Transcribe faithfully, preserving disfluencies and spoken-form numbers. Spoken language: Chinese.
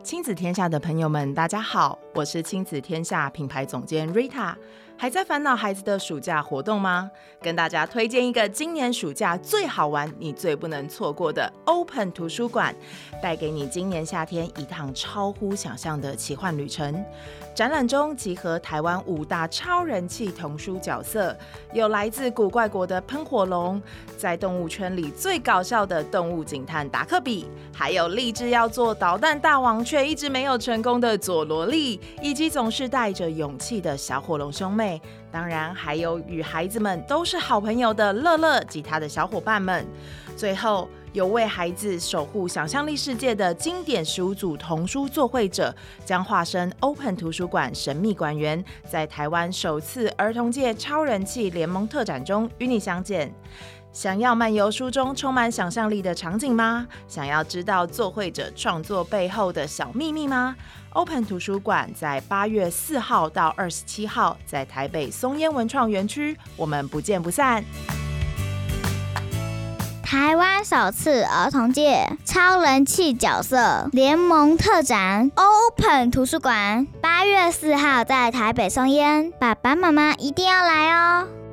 亲子天下的朋友们，大家好，我是亲子天下品牌总监 Rita。还在烦恼孩子的暑假活动吗？跟大家推荐一个今年暑假最好玩、你最不能错过的 Open 图书馆，带给你今年夏天一趟超乎想象的奇幻旅程。展览中集合台湾五大超人气童书角色，有来自古怪国的喷火龙，在动物圈里最搞笑的动物警探达克比，还有立志要做导弹大王却一直没有成功的佐罗利，以及总是带着勇气的小火龙兄妹。当然还有与孩子们都是好朋友的乐乐及他的小伙伴们。最后有为孩子守护想象力世界的经典十五组童书作绘者，将化身 Open 图书馆神秘馆员，在台湾首次儿童界超人气联盟特展中与你相见。想要漫游书中充满想象力的场景吗？想要知道作绘者创作背后的小秘密吗？ Open 图书馆在八月四号到二十七号在台北松烟文创园区，我们不见不散。 台湾首次儿童界超人气角色联盟特展 Open 图书馆，八月四号在台北松烟，爸爸妈妈一定要来哦。